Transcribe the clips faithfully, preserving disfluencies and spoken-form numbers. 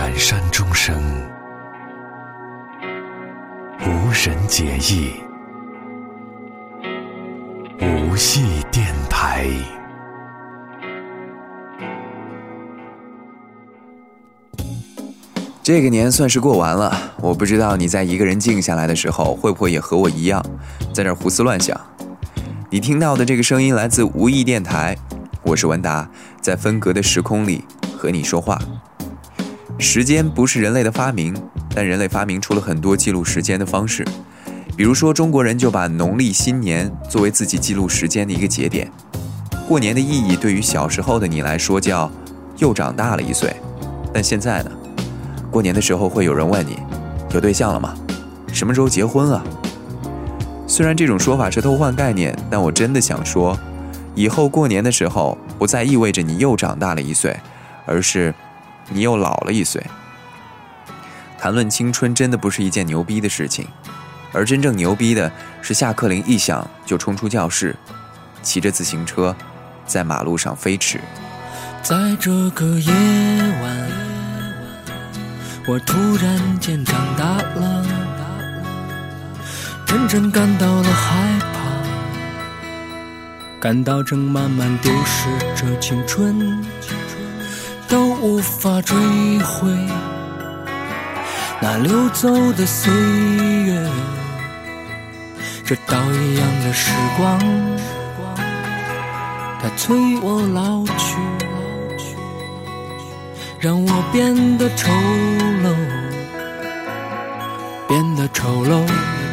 远山中声，无人解意，无戏电台。 这个年算是过完了，我不知道你在一个人静下来的时候，会不会也和我一样，在这儿胡思乱想。你听到的这个声音来自无意电台，我是文达，在分隔的时空里和你说话。时间不是人类的发明，但人类发明出了很多记录时间的方式。比如说，中国人就把农历新年作为自己记录时间的一个节点。过年的意义对于小时候的你来说叫又长大了一岁，但现在呢？过年的时候会有人问你，有对象了吗？什么时候结婚啊？虽然这种说法是偷换概念，但我真的想说，以后过年的时候不再意味着你又长大了一岁，而是你又老了一岁。谈论青春真的不是一件牛逼的事情，而真正牛逼的是下课铃一响就冲出教室，骑着自行车在马路上飞驰。 在这个夜晚，我突然间长大了，真正感到了害怕，感到正慢慢丢失着青春，都无法追回那流走的岁月，这刀一样的时光，它催我老去，让我变得丑陋，变得丑陋。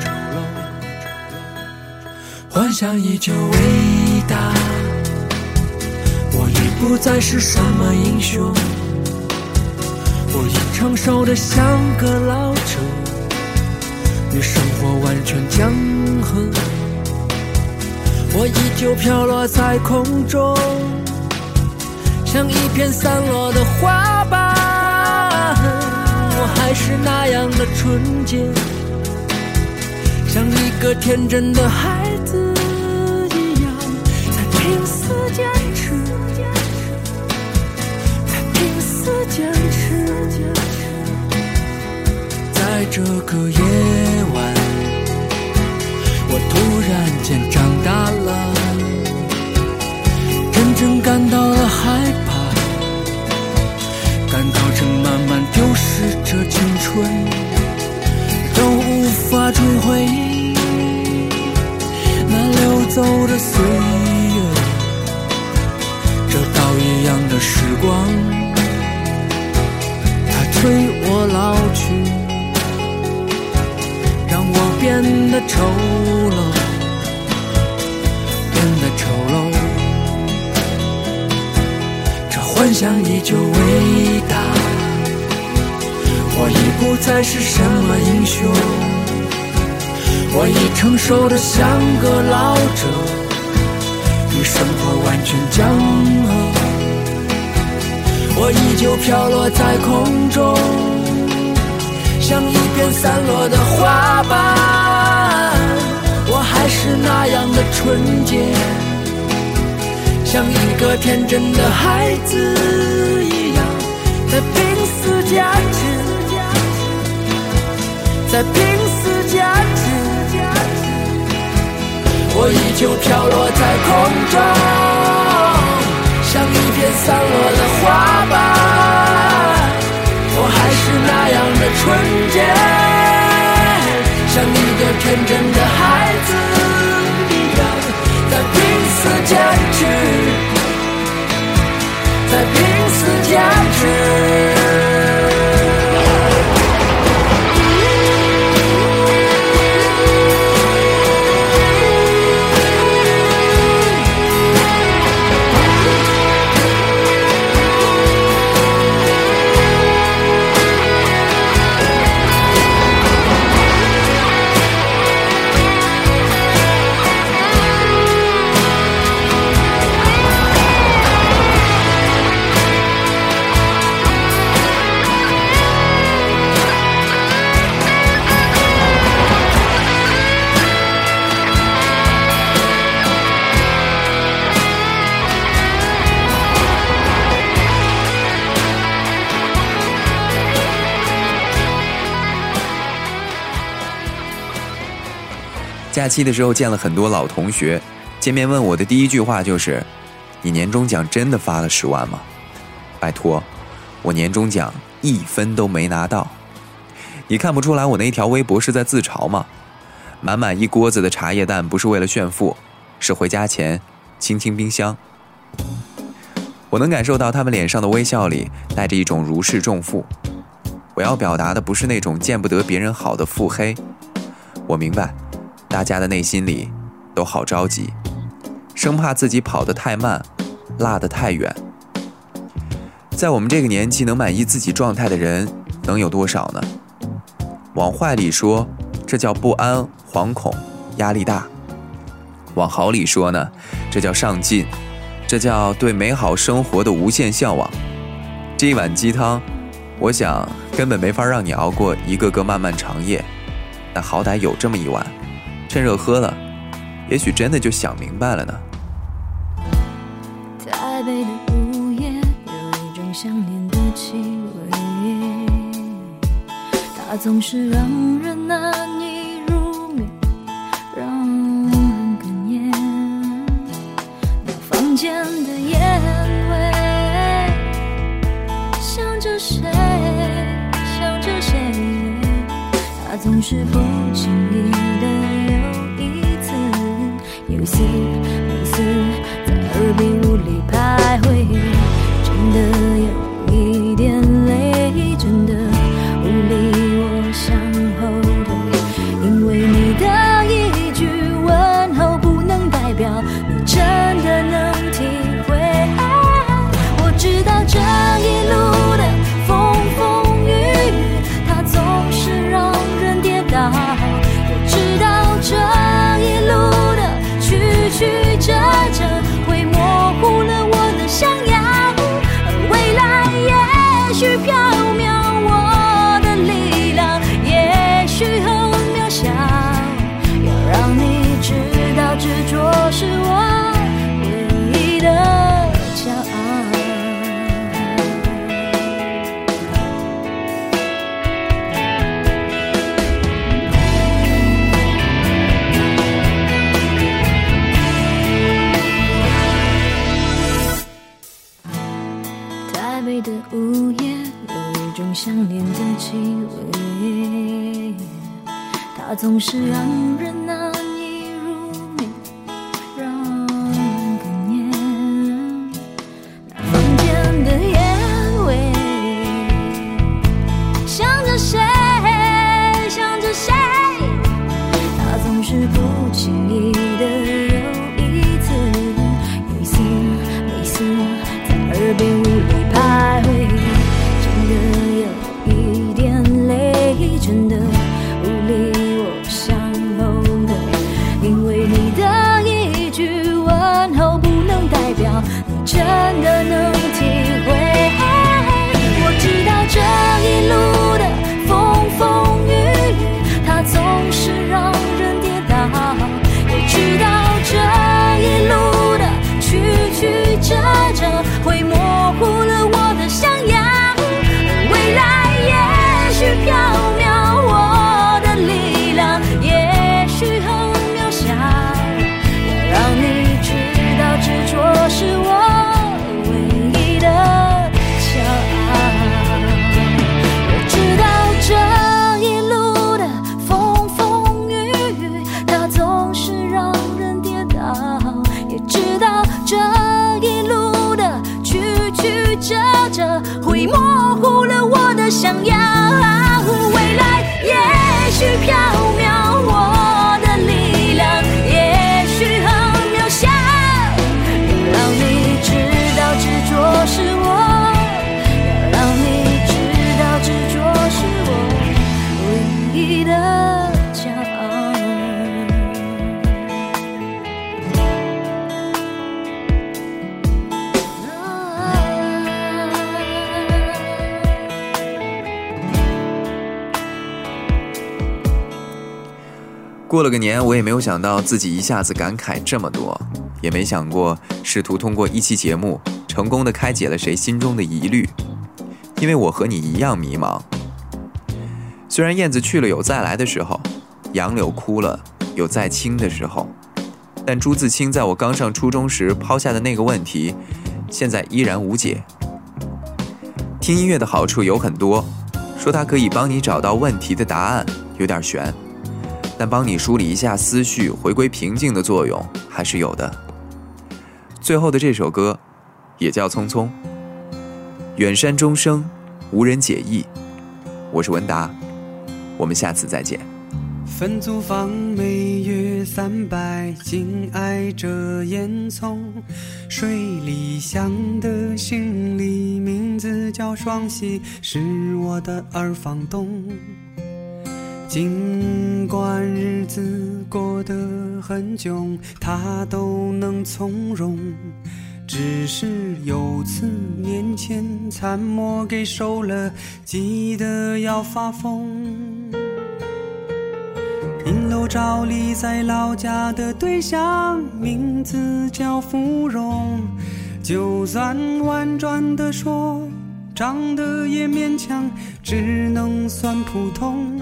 幻想依旧伟大，我已不再是什么英雄，我已成熟的像个老者，与生活完全江河。我依旧飘落在空中，像一片散落的花瓣，我还是那样的纯洁，像一个天真的孩子一样，在拼死坚持，在拼死坚持。在这个夜晚，我突然间长大了，真正感到了害怕，感到正慢慢丢失着青春，都无法追回那流走的岁月，这刀一样的时光，它催我老去，让我变得丑陋，变得丑陋。这幻想依旧伟大，我已不再是什么英雄，我已成熟的像个老者，与生活完全江河。我依旧飘落在空中，像一片散落的花瓣，我还是那样的纯洁，像一个天真的孩子一样，在拼死坚持，在拼死坚持。我依旧飘落在空中，像一片散落的花瓣，我还是那样的纯洁，像一个天真的孩子一样，在拼死坚持，在拼死坚持。 假期的时候见了很多老同学，见面问我的第一句话就是：你年终奖真的发了十万吗？拜托，我年终奖一分都没拿到。你看不出来我那条微博是在自嘲吗？满满一锅子的茶叶蛋不是为了炫富，是回家前清清冰箱。我能感受到他们脸上的微笑里带着一种如释重负。我要表达的不是那种见不得别人好的腹黑，我明白大家的内心里都好着急，生怕自己跑得太慢，落得太远。在我们这个年纪，能满意自己状态的人能有多少呢？往坏里说，这叫不安、惶恐、压力大；往好里说呢，这叫上进，这叫对美好生活的无限向往。这一碗鸡汤，我想根本没法让你熬过一个个漫漫长夜，但好歹有这么一碗，趁热喝了，也许真的就想明白了呢。 台北的午夜有一种想念的气味，它总是让人难以入眠，让人哽咽。那房间的烟味，想着谁，想着谁，它总是不经意的有一次有丝有丝在耳鬓无里徘徊，真的有一点累，真的无力我向后退，因为你的一句问候不能代表你真的能体会。我知道这一路的风风雨雨，它总是让人跌倒，也知道这一路的曲曲折折会模糊了我的想要，而未来也许缥缈，我的力量也许很渺小，要让你知道执着是我唯一的骄傲。台北的午夜有一种想念的气味，它总是让人难以入眠，让人哽咽。那房间的烟味，想着谁，想着谁，它总是不经意的有一次有一丝没丝在耳边无力徘徊，真的有一点累，真的无力我向后退，因为你的一句问候不能代表你真的能体会。我知道这一路的风风雨雨，它总是让人跌倒，也知道这一路的曲曲折折会模糊了我的想要，未来也许缥缈，我的力量也许很渺小，要让你知道执着是我唯一的骄傲。我知道这一路的风风雨雨，它总是让人跌倒，也知道这一路的曲曲折折会模糊了我的想要，未来也许缥缈，我的力量也许很渺小，要让你知道执着是我，要让你知道执着是我唯一的骄傲。 过了个年，我也没有想到自己一下子感慨这么多，也没想过试图通过一期节目成功的开解了谁心中的疑虑，因为我和你一样迷茫。虽然燕子去了有再来的时候，杨柳枯了有再轻的时候，但朱自清在我刚上初中时抛下的那个问题，现在依然无解。听音乐的好处有很多，说它可以帮你找到问题的答案，有点悬，但帮你梳理一下思绪，回归平静的作用还是有的。最后的这首歌也叫匆匆，远山终生无人解意。我是文达，我们下次再见。 分租房每月三百，紧挨着烟囱，水里香的行李，名字叫双喜，是我的二房东。尽管日子过得很窘，他都能从容，只是有次年前参谋给收了，急得要发疯。银楼照例在老家的对象，名字叫芙蓉，就算婉转地说，长得也勉强，只能算普通。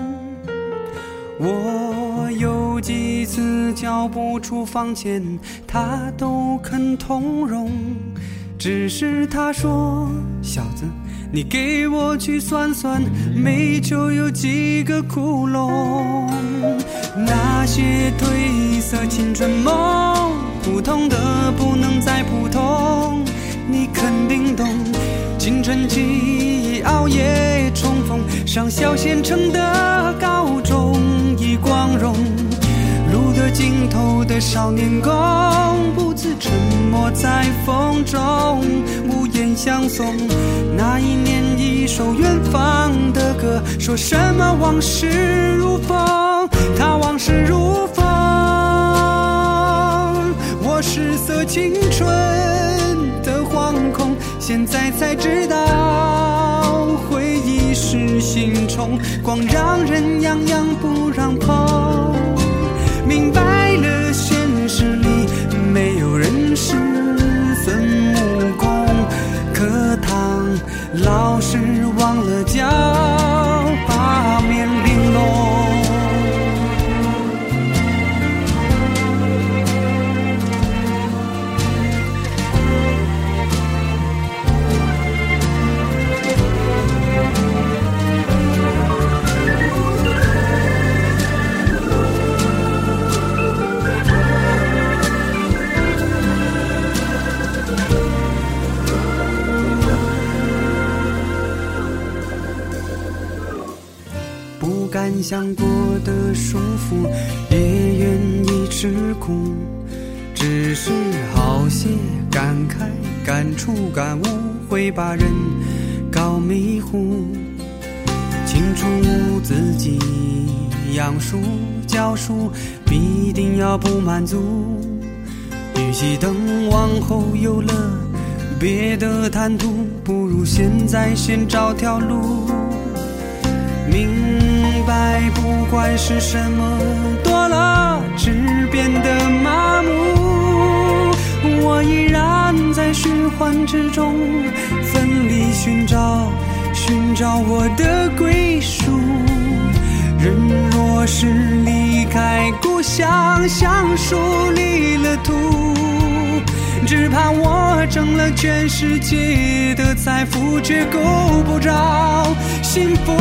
我有几次交不出房钱，他都肯通融，只是他说，小子你给我去算算，煤球有几个窟窿。那些褪色青春梦，普通的不能再普通，你肯定懂。青春期熬夜冲锋，上小县城的高中已光荣，路的尽头的少年宫，不自沉默在风中，无言相送。那一年一首远方的歌，说什么往事如风，他往事如风，我失色青春的惶恐，现在才知道回忆是心虫，光让人痒痒不让碰。明白了现实里没有人是孙悟空，课堂老师忘了教八面玲珑。敢想过的舒服，也愿意吃苦，只是好些感慨感触感悟，会把人搞迷糊。清楚自己养书教书必定要不满足，与其等往后有了别的谈吐，不如现在先找条路。明白不管是什么多了只变得麻木，我依然在循环之中奋力寻找寻找我的归属。人若是离开故乡，像树离了土，只怕我挣了全世界的财富，却够不着幸福。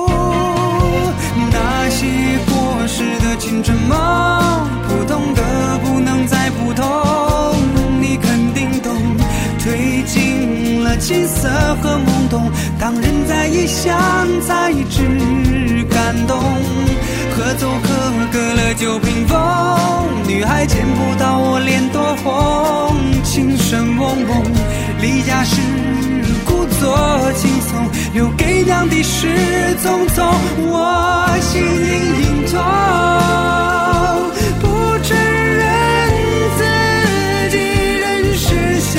那些过时的青春梦，普通的不能再普通，你肯定懂。褪尽了青涩和懵懂，当人在异乡才知感动。合奏课隔了九屏风，女孩见不到我脸多红。琴声嗡嗡，离家时故作轻松，留给娘的是匆匆。我心隐隐痛，不承认自己仍是小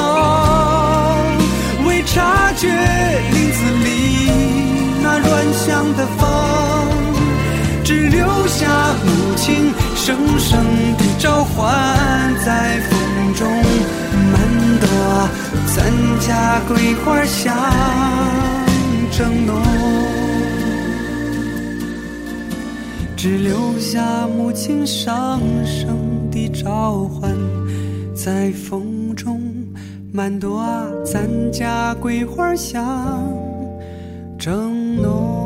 童，未察觉林子里那软香的风，只留下母亲声声的召唤在风中。满朵参加桂花香正浓， 只留下母亲伤声的召唤，在风中漫朵啊，咱家桂花香正浓。